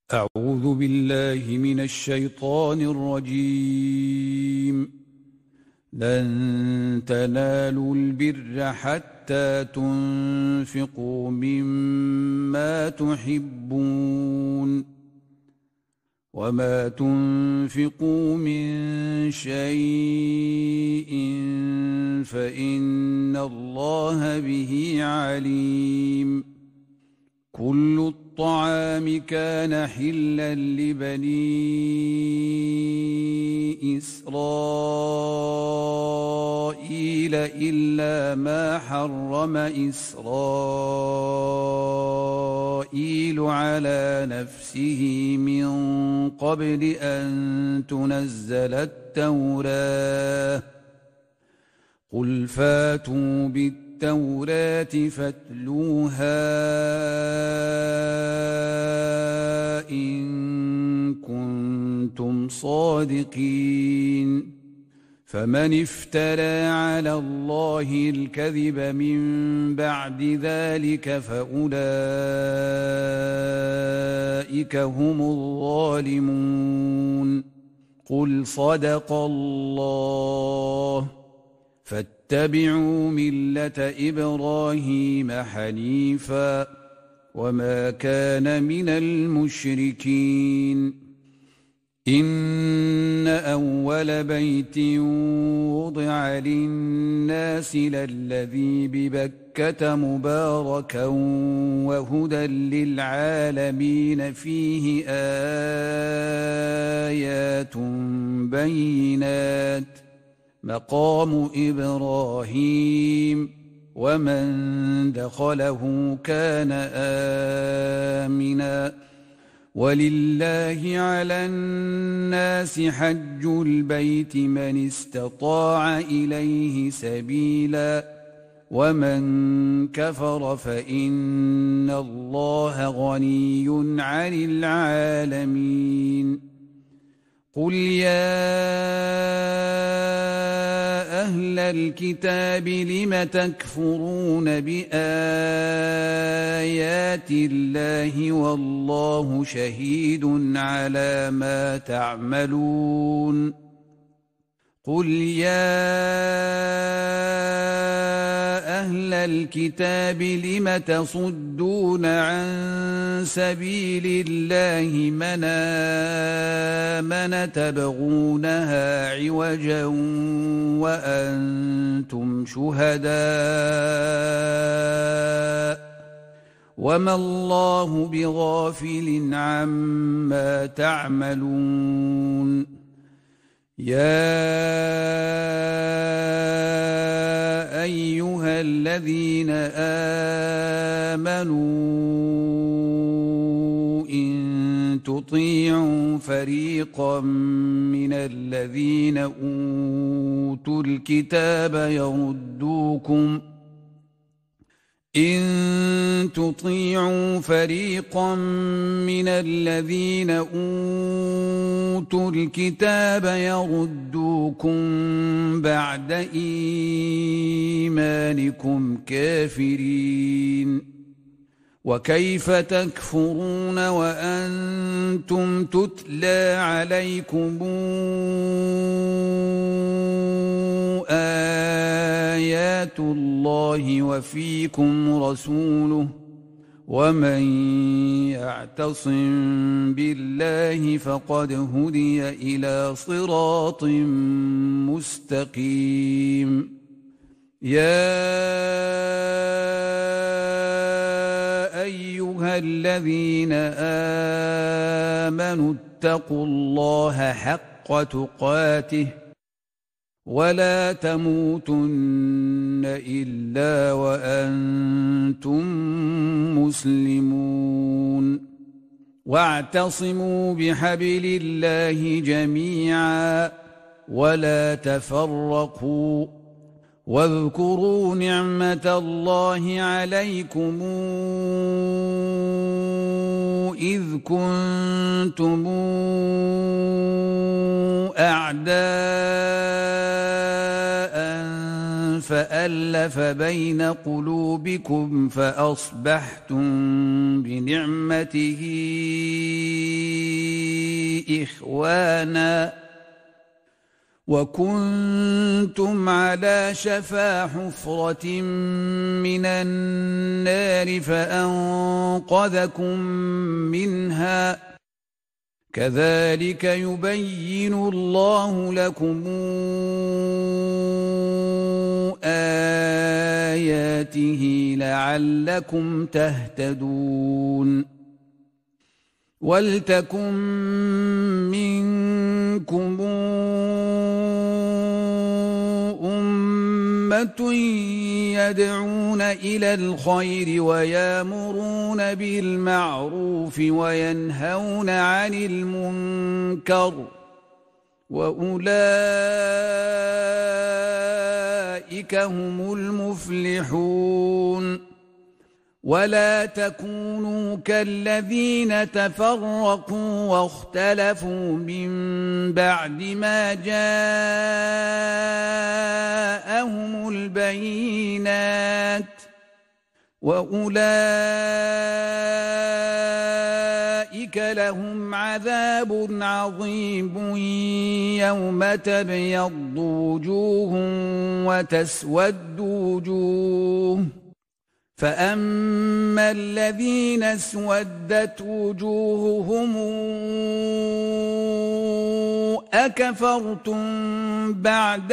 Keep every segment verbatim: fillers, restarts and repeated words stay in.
أعوذ بالله من الشيطان الرجيم. لن تنالوا البر حتى تنفقوا مما تحبون وما تنفقوا من شيء فإن الله به عليم. كل الطعام كان حلا لبني إسرائيل إلا ما حرم إسرائيل على نفسه من قبل أن تنزل التوراة. قل فاتوا بالتوراة التوراة فاتلوها إن كنتم صادقين. فمن افترى على الله الكذب من بعد ذلك فأولئك هم الظالمون. قل صدق الله. فاتبعوا ملة إبراهيم حنيفا وما كان من المشركين. إن أول بيت وضع للناس للذي ببكة مباركا وهدى للعالمين فيه آيات بينات مقام إبراهيم ومن دخله كان آمنا. ولله على الناس حج البيت من استطاع إليه سبيلا ومن كفر فإن الله غني عن العالمين. قل يا أهل الكتاب لم تكفرون بآيات الله والله شهيد على ما تعملون. قل يا أهل الكتاب لم تصدون عن سبيل الله من آمن تبغونها عوجا وأنتم شهداء وما الله بغافل عما تعملون. يا أيها الذين آمنوا إن تطيعوا فريقا من الذين أوتوا الكتاب يردوكم إن تطيعوا فريقا من الذين أوتوا الكتاب يردوكم بعد إيمانكم كافرين. وكيف تكفرون وأنتم تتلى عليكم آيات الله وفيكم رسوله ومن يعتصم بالله فقد هدي إلى صراط مستقيم. يا أيها الذين آمنوا اتقوا الله حق تقاته ولا تموتن إلا وأنتم مسلمون. واعتصموا بحبل الله جميعا ولا تفرقوا واذكروا نعمة الله عليكم إذ كنتم أعداء فألف بين قلوبكم فأصبحتم بنعمته إخوانا وكنتم على شفا حفرة من النار فأنقذكم منها كذلك يبين الله لكم آياته لعلكم تهتدون ولتكن منكم أمة يدعون إلى الخير ويأمرون بالمعروف وينهون عن المنكر وأولئك هم المفلحون ولا تكونوا كالذين تفرقوا واختلفوا من بعد ما جاءهم البينات وأولئك لهم عذاب عظيم يوم تبيض وجوه وتسود وجوه فأما الذين اسودت وجوههم أكفرتم بعد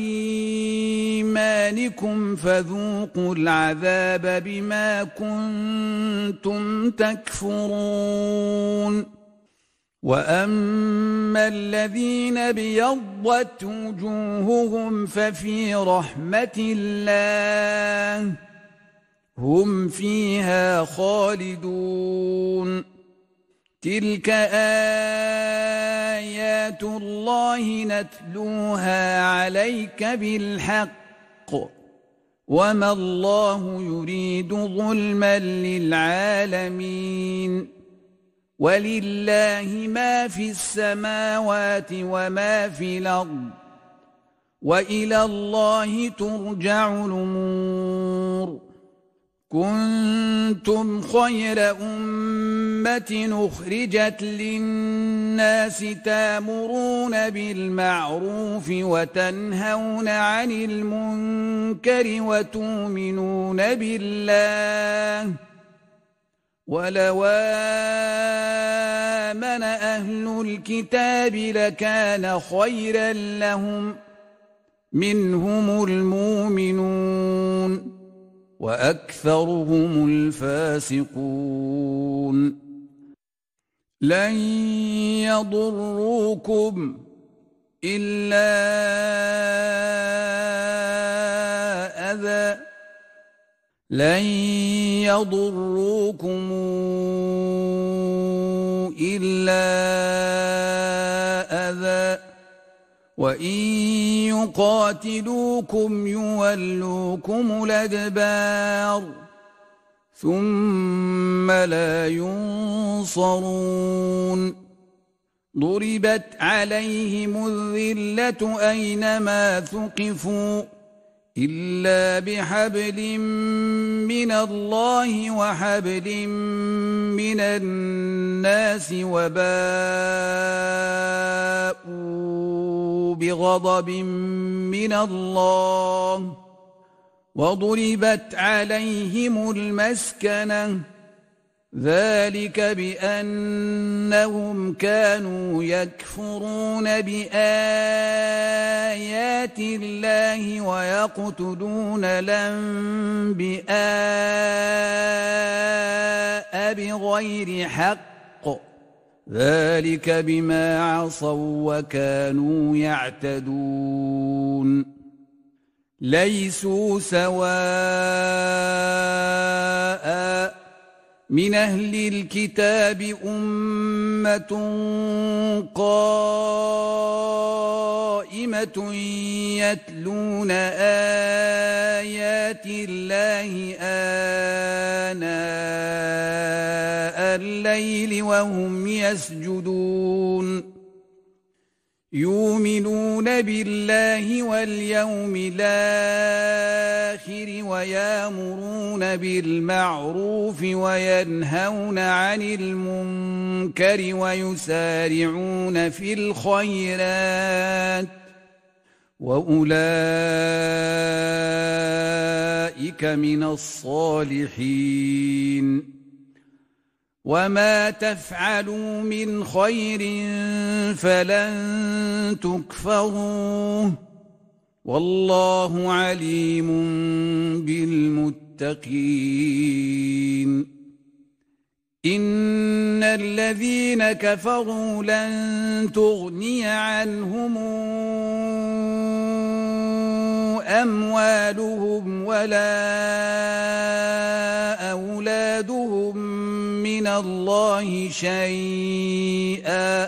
إيمانكم فذوقوا العذاب بما كنتم تكفرون وأما الذين ابيضت وجوههم ففي رحمة الله هم فيها خالدون تلك آيات الله نتلوها عليك بالحق وما الله يريد ظلما للعالمين ولله ما في السماوات وما في الأرض وإلى الله ترجع الأمور كنتم خير أمة أخرجت للناس تأمرون بالمعروف وتنهون عن المنكر وتؤمنون بالله ولو آمن أهل الكتاب لكان خيرا لهم منهم المؤمنون وأكثرهم الفاسقون لن يضروكم إلا أذى لن يضروكم إلا أذى وإن يقاتلوكم يولوكم الأدبار ثم لا ينصرون ضربت عليهم الذلة أينما ثقفوا إلا بحبل من الله وحبل من الناس وباءوا بغضب من الله وضربت عليهم المسكنة ذلك بأنهم كانوا يكفرون بآيات الله ويقتلون الأنبياء بغير حق ذلك بما عصوا وكانوا يعتدون ليسوا سواء من أهل الكتاب أمة قائمة يتلون آيات الله آناء الليل وهم يسجدون يؤمنون بالله واليوم الآخر ويأمرون بالمعروف وينهون عن المنكر ويسارعون في الخيرات وأولئك من الصالحين وما تفعلوا من خير فلن تكفروه والله عليم بالمتقين إن الذين كفروا لن تغني عنهم أموالهم ولا أولادهم من الله شيئا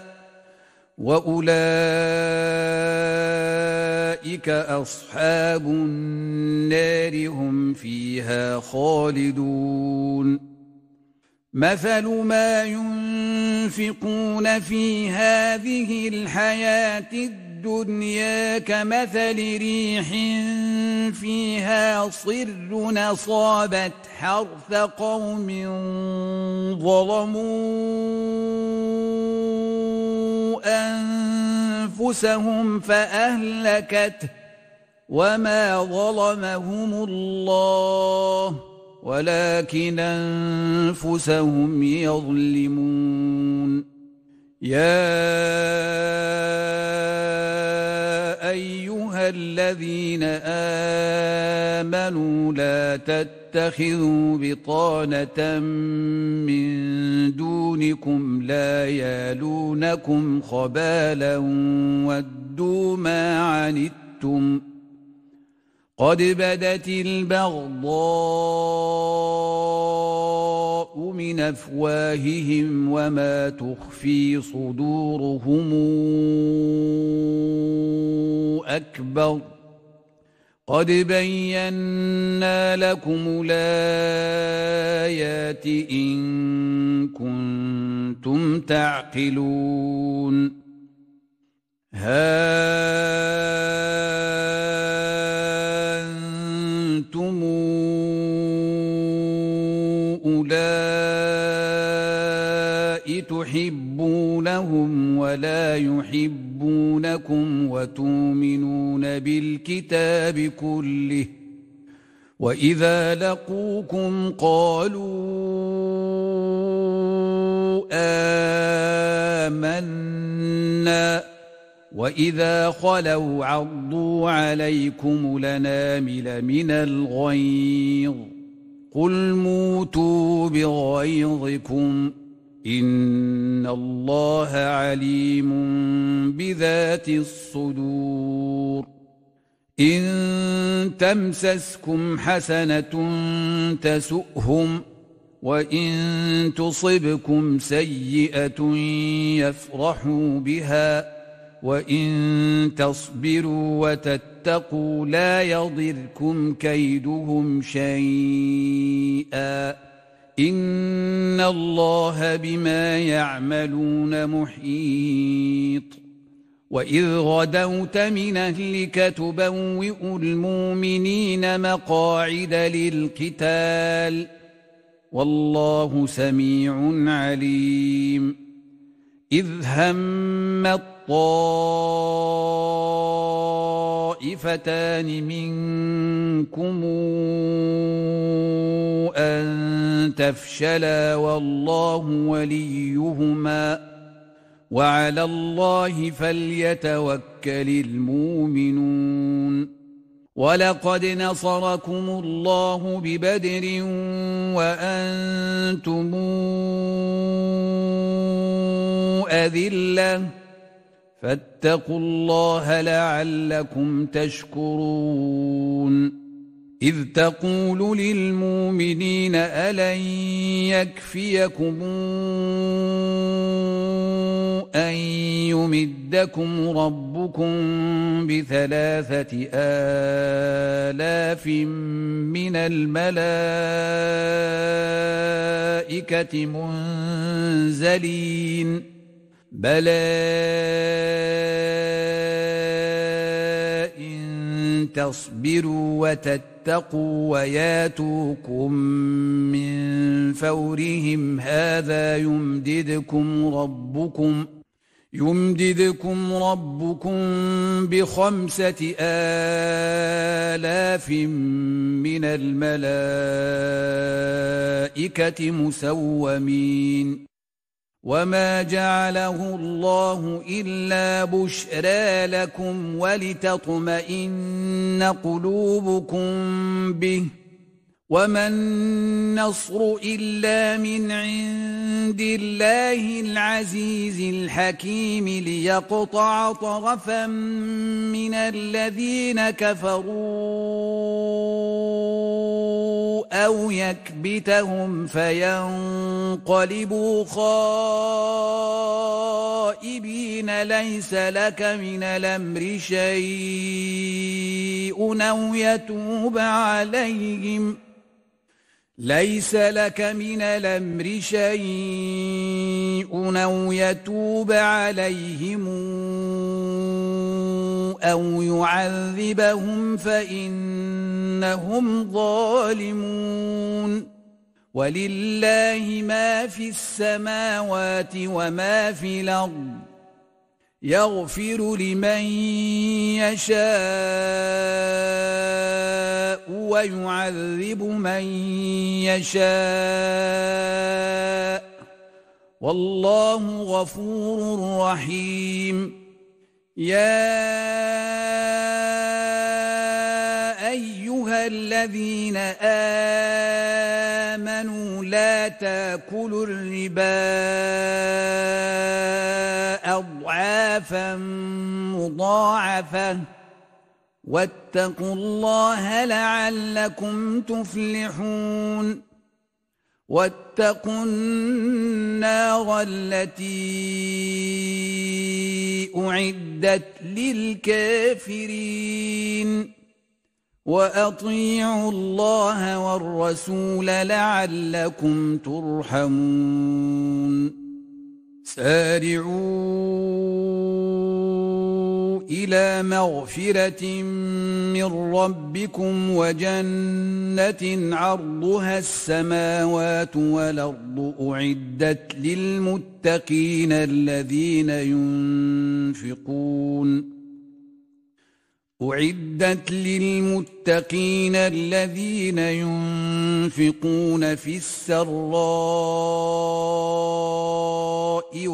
وأولئك أصحاب النار هم فيها خالدون مثل ما ينفقون في هذه الحياة الدنيا كمثل ريح فيها صر أصابت حرث قوم ظلموا أنفسهم فأهلكته وما ظلمهم الله ولكن أنفسهم يظلمون يا أيها الذين آمنوا لا تتخذوا بطانة من دونكم لا يالونكم خبالا ودوا ما عنتم قد بدت البغضاء من أفواههم وما تخفي صدورهم أكبر قد بينا لكم الآيات إن كنتم تعقلون ها أنتم أولئك تحبونهم ولا يحبونكم وتؤمنون بالكتاب كله وإذا لقوكم قالوا آمنا وإذا خلوا عضوا عليكم الأنامل من الغيظ قل موتوا بغيظكم إن الله عليم بذات الصدور إن تمسسكم حسنة تسؤهم وإن تصبكم سيئة يفرحوا بها وإن تصبروا وتتقوا لا يضركم كيدهم شيئا إن الله بما يعملون محيط وإذ غدوت من أهلك تبوئ المؤمنين مقاعد للقتال والله سميع عليم إذ هم الطائفتان منكم أن تفشلا والله وليهما وعلى الله فليتوكل المؤمنون ولقد نصركم الله ببدر وأنتم أذلة فاتقوا الله لعلكم تشكرون إذ تقول للمؤمنين ألن يكفيكم أن يمدكم ربكم بثلاثة آلاف من الملائكة منزلين بلى تصبروا وتتقوا وياتوكم من فورهم هذا يمددكم ربكم يمددكم ربكم بخمسة آلاف من الملائكة مسومين وما جعله الله إلا بشرى لكم ولتطمئن قلوبكم به وما النصر إلا من عند الله العزيز الحكيم ليقطع طرفا من الذين كفروا أو يكبتهم فينقلبوا خائبين ليس لك من الأمر شيء أو يتوب عليهم ليس لك من الأمر شيء أو يتوب عليهم أو يعذبهم فإنهم ظالمون ولله ما في السماوات وما في الأرض يغفر لمن يشاء ويعذب من يشاء والله غفور رحيم يا أيها الذين آمنوا لا تأكلوا الربا أضعافا مضاعفة واتقوا الله لعلكم تفلحون واتقوا النار التي أعدت للكافرين وأطيعوا الله والرسول لعلكم ترحمون سارعوا إلى مغفرة من ربكم وجنة عرضها السماوات والأرض أعدت للمتقين الذين ينفقون أعدت للمتقين الذين ينفقون في السراء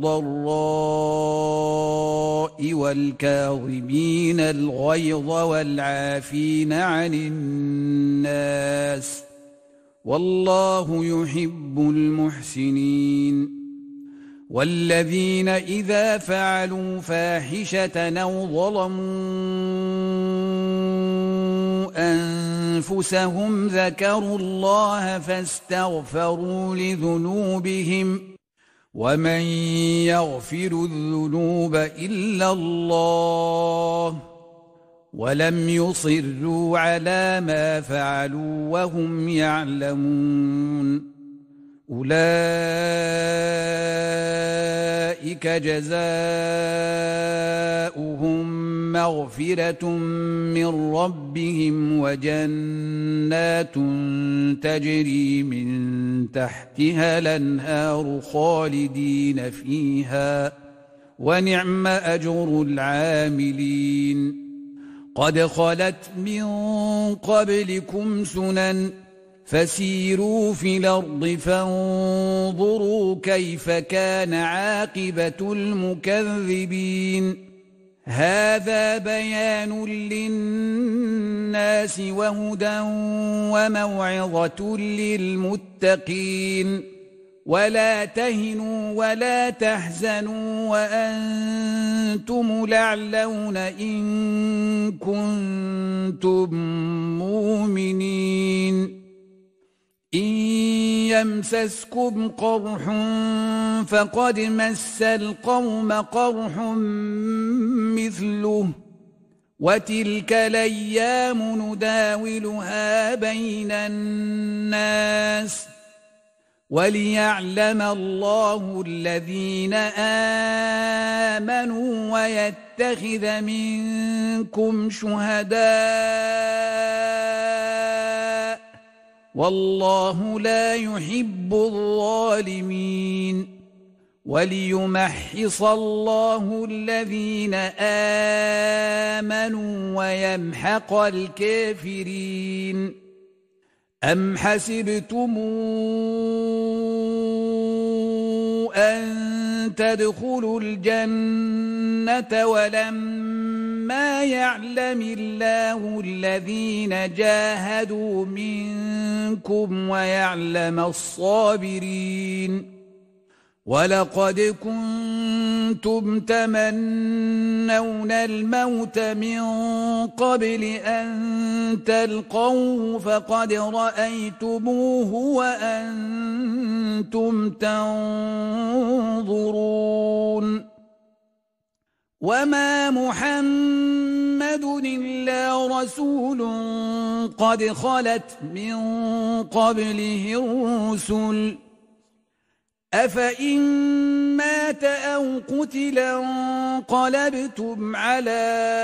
والضراء والكاظمين الغيظ والعافين عن الناس والله يحب المحسنين والذين إذا فعلوا فاحشة أو ظلموا أنفسهم ذكروا الله فاستغفروا لذنوبهم ومن يغفر الذنوب إلا الله ولم يصروا على ما فعلوا وهم يعلمون أولئك جزاؤهم مغفرة من ربهم وجنات تجري من تحتها الأنهار خالدين فيها ونعم أجر العاملين قد خلت من قبلكم سنن فسيروا في الأرض فانظروا كيف كان عاقبة المكذبين هذا بيان للناس وهدى وموعظة للمتقين ولا تهنوا ولا تحزنوا وأنتم الأعلون إن كنتم مؤمنين إن يمسسكم قرح فقد مس القوم قرح مثله وتلك الأيام نداولها بين الناس وليعلم الله الذين آمنوا ويتخذ منكم شهداء والله لا يحب الظالمين وليمحص الله الذين آمنوا ويمحق الكافرين أم حسبتم أن تدخلوا الجنة ولما يعلم الله الذين جاهدوا منكم ويعلم الصابرين ولقد كنتم تمنون الموت من قبل أن تلقوه فقد رأيتموه وأنتم تنظرون وما محمد إلا رسول قد خلت من قبله الرسل أفإن مات أو قتل انقلبتم على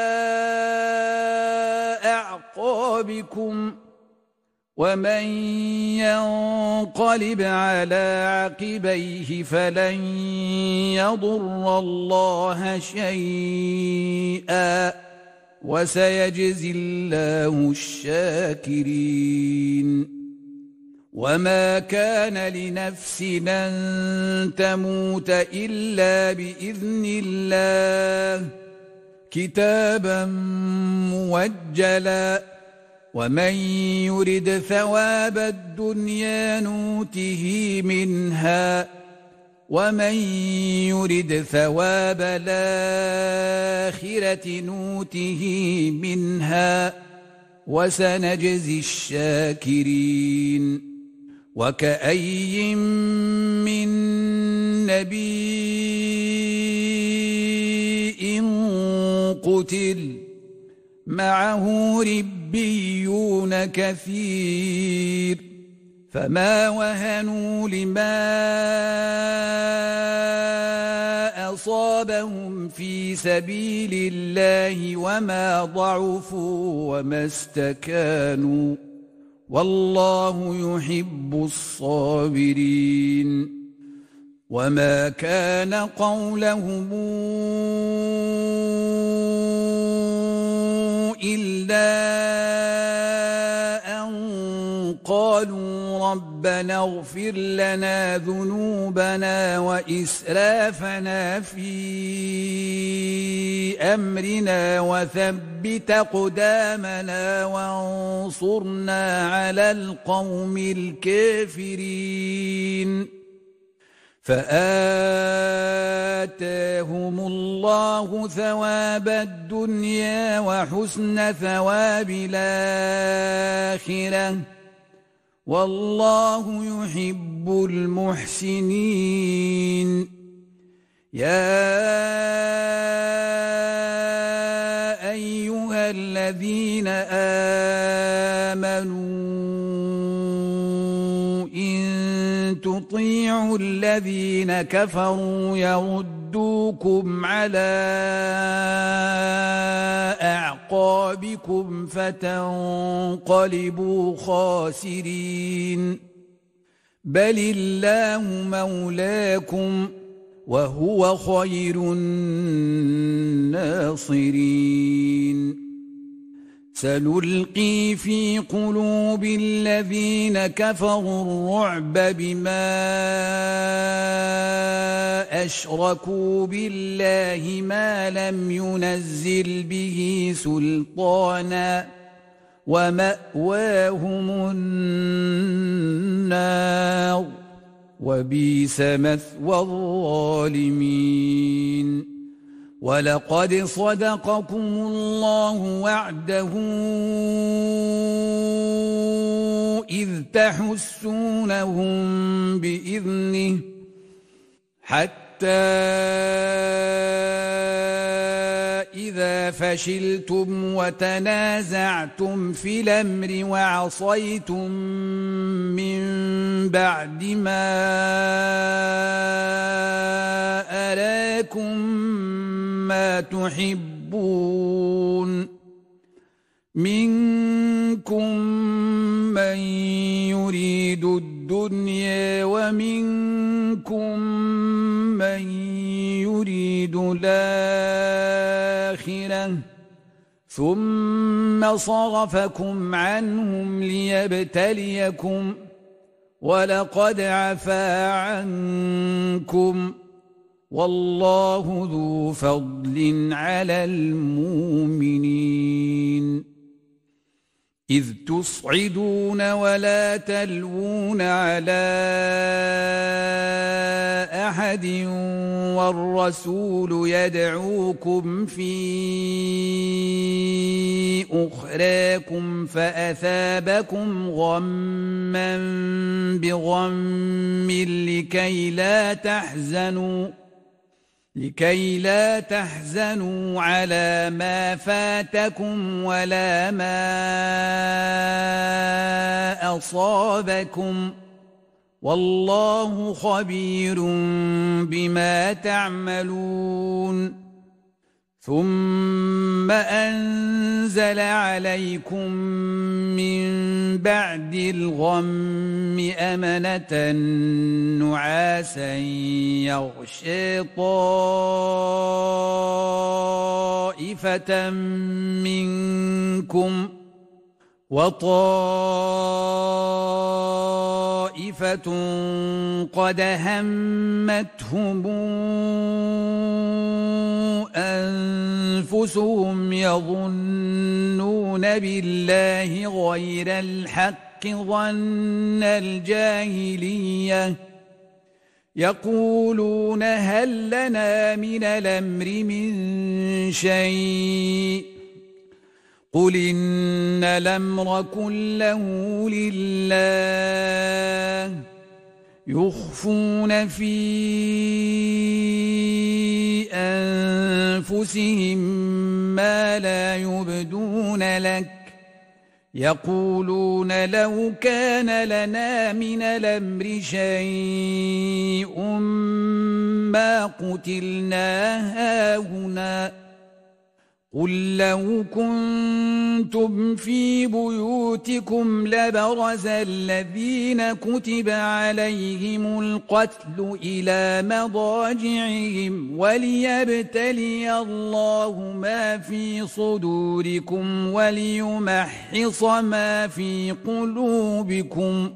أعقابكم ومن ينقلب على عقبيه فلن يضر الله شيئا وسيجزي الله الشاكرين وما كان لنفس أن تموت إلا بإذن الله كتابا موجلا ومن يرد ثواب الدنيا نوته منها ومن يرد ثواب الآخرة نوته منها وسنجزي الشاكرين وكأي من نبي قتل معه ربيون كثير فما وهنوا لما أصابهم في سبيل الله وما ضعفوا وما استكانوا والله يحب الصابرين وما كان قولهم إلا أن قالوا ربنا اغفر لنا ذنوبنا وإسرافنا في أمرنا وثبت أقدامنا وانصرنا على القوم الكافرين فآتاهم الله ثواب الدنيا وحسن ثواب الآخرة والله يحب المحسنين يا أيها الذين آمنوا إن تطيعوا الذين كفروا يردوكم على أعقابكم فتنقلبوا خاسرين بل الله مولاكم وهو خير الناصرين سنلقي في قلوب الذين كفروا الرعب بما أشركوا بالله ما لم ينزل به سلطانا ومأواهم النار وبئس مثوى الظالمين ولقد صدقكم الله وعده إذ تحسونهم بإذنه حتى إذا فشلتم وتنازعتم في الأمر وعصيتم من بعد ما أراكم ما تحبون منكم من يريد الدنيا ومنكم من يريد الآخرة ثم صرفكم عنهم ليبتليكم ولقد عفا عنكم والله ذو فضل على المؤمنين إذ تصعدون ولا تلوون على أحد والرسول يدعوكم في أخراكم فأثابكم غما بغم لكي لا تحزنوا لكي لا تحزنوا على ما فاتكم ولا ما أصابكم والله خبير بما تعملون ثم أنزل عليكم من بعد الغم أمنة نعاسا يغشي طائفة منكم وطائفة قد همتهم أنفسهم يظنون بالله غير الحق ظن الجاهلية يقولون هل لنا من الأمر من شيء قل إن الأمر كله لله يخفون في أنفسهم ما لا يبدون لك يقولون لو كان لنا من الأمر شيء ما قتلنا هاهنا قل لو كنتم في بيوتكم لبرز الذين كتب عليهم القتل إلى مضاجعهم وليبتلي الله ما في صدوركم وليمحص ما في قلوبكم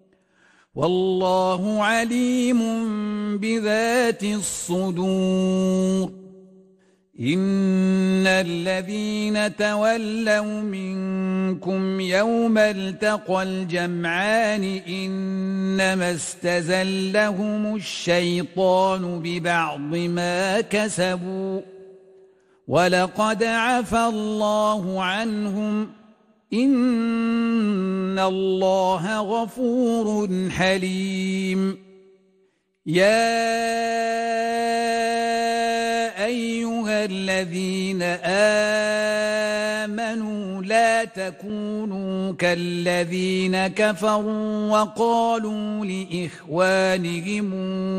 والله عليم بذات الصدور إن الذين تولوا منكم يوم التقى الجمعان إنما استزلهم الشيطان ببعض ما كسبوا ولقد عفى الله عنهم إن الله غفور حليم يا أيها الذين آمنوا لا تكونوا كالذين كفروا وقالوا لإخوانهم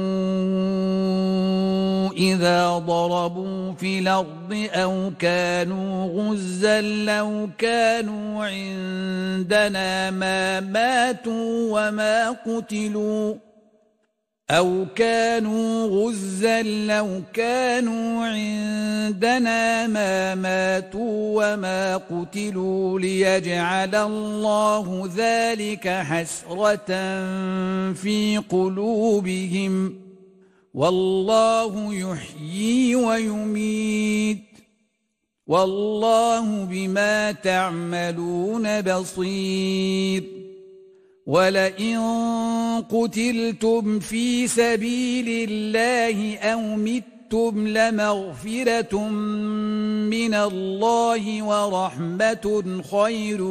إذا ضربوا في الأرض أو كانوا غزا لو كانوا عندنا ما ماتوا وما قتلوا أو كانوا غزا لو كانوا عندنا ما ماتوا وما قتلوا ليجعل الله ذلك حسرة في قلوبهم والله يحيي ويميت والله بما تعملون بصير ولئن قتلتم في سبيل الله أو متم لمغفرة من الله ورحمة خير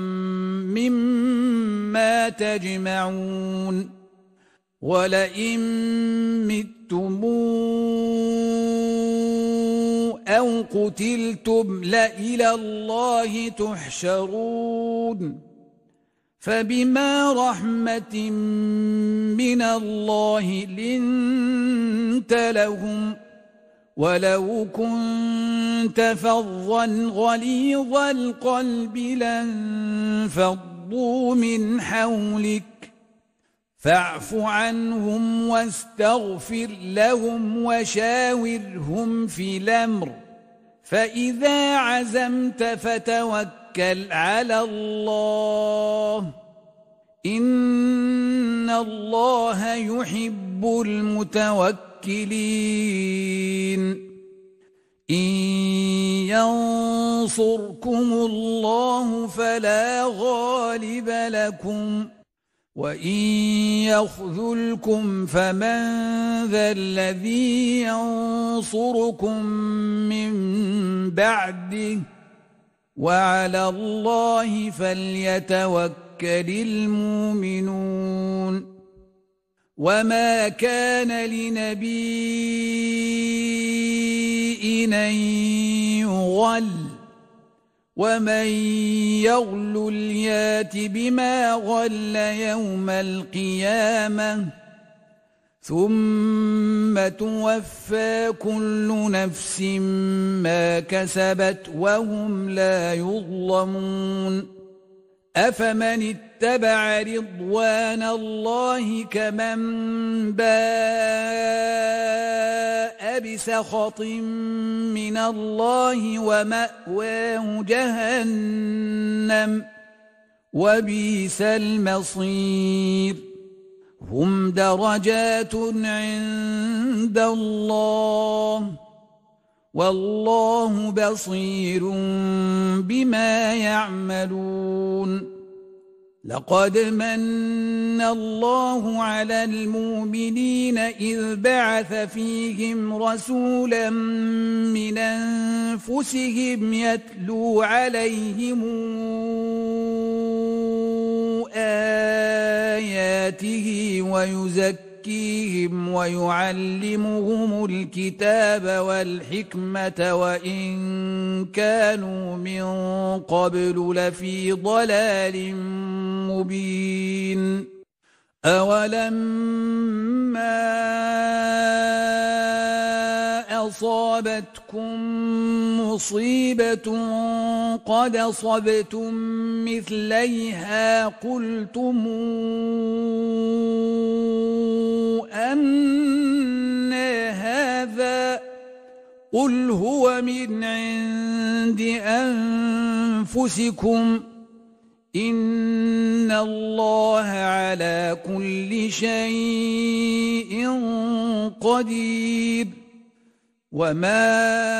مما تجمعون ولئن متم أو قتلتم لإلى الله تحشرون فبما رحمة من الله لنت لهم ولو كنت فظا غليظ القلب لانفضوا من حولك فاعف عنهم واستغفر لهم وشاورهم في الأمر فإذا عزمت فتوكل على الله إن الله يحب المتوكلين إن ينصركم الله فلا غالب لكم وإن يخذلكم فمن ذا الذي ينصركم من بعده وعلى الله فليتوكل المؤمنون وما كان لنبي أن يغل ومن يغل يات بما غل يوم القيامة ثم توفى كل نفس ما كسبت وهم لا يظلمون أفمن اتبع رضوان الله كمن باء بسخط من الله ومأواه جهنم وبئس المصير هم درجات عند الله والله بصير بما يعملون لقد من الله على المؤمنين إذ بعث فيهم رسولا من أنفسهم يتلو عليهم آياته ويزكيهم ويعلمهم الكتاب والحكمة وإن كانوا من قبل لفي ضلال مبين أولما أصابتكم مصيبة قد أصبتم مثليها قلتم أن هذا قل هو من عند أنفسكم إن الله على كل شيء قدير وما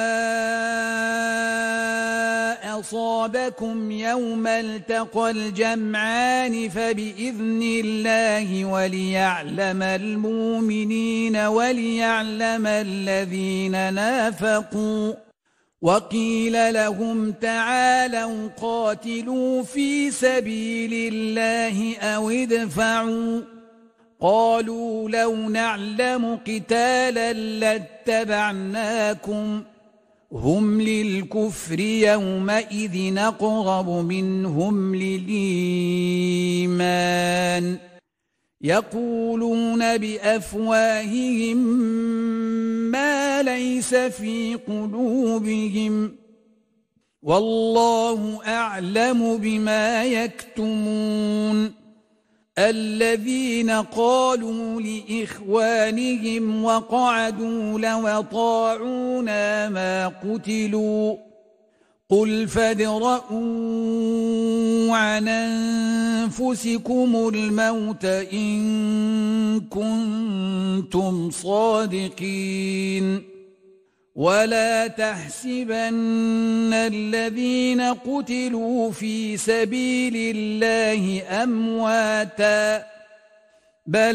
أصابكم يوم التقى الجمعان فبإذن الله وليعلم المؤمنين وليعلم الذين نافقوا وقيل لهم تعالوا قاتلوا في سبيل الله أو ادفعوا قالوا لو نعلم قتالا لاتبعناكم هم للكفر يومئذ أقرب منهم للإيمان يقولون بأفواههم ما ليس في قلوبهم والله أعلم بما يكتمون الذين قالوا لإخوانهم وقعدوا لو أطاعونا ما قتلوا قل فادرءوا عن أنفسكم الموت إن كنتم صادقين ولا تحسبن الذين قتلوا في سبيل الله أمواتا بل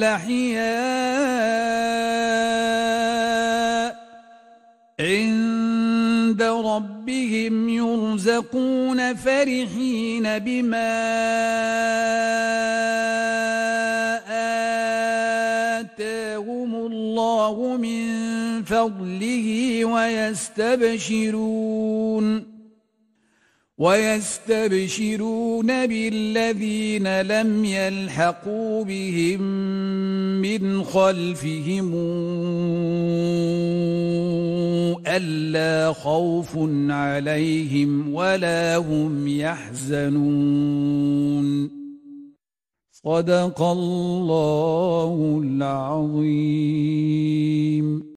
أحياء عند ربهم يرزقون فرحين بما آتاهم الله من فضله ويستبشرون ويستبشرون بالذين لم يلحقوا بهم من خلفهم ألا خوف عليهم ولا هم يحزنون. صدق الله العظيم.